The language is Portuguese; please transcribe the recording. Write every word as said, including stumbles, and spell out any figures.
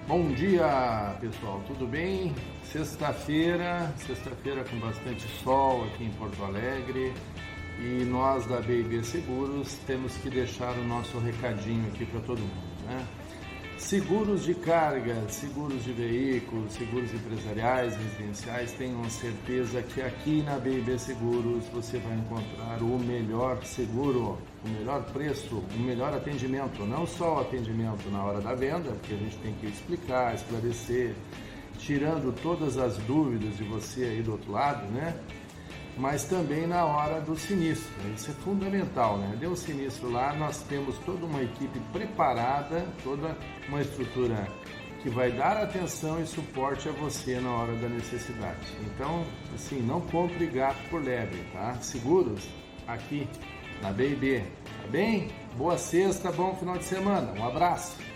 Bom dia, pessoal, tudo bem? Sexta-feira, sexta-feira com bastante sol aqui em Porto Alegre e nós da B e B Seguros temos que deixar o nosso recadinho aqui para todo mundo, né? Seguros de carga, seguros de veículos, seguros empresariais, residenciais, tenham certeza que aqui na B e B Seguros você vai encontrar o melhor seguro, o melhor preço, o melhor atendimento, não só o atendimento na hora da venda, porque a gente tem que explicar, esclarecer, tirando todas as dúvidas de você aí do outro lado, né? Mas também na hora do sinistro, isso é fundamental, né? Deu um sinistro lá, nós temos toda uma equipe preparada, toda uma estrutura que vai dar atenção e suporte a você na hora da necessidade. Então, assim, não compre gato por lebre, tá? Seguros aqui na B e B, tá bem? Boa sexta, bom final de semana, um abraço!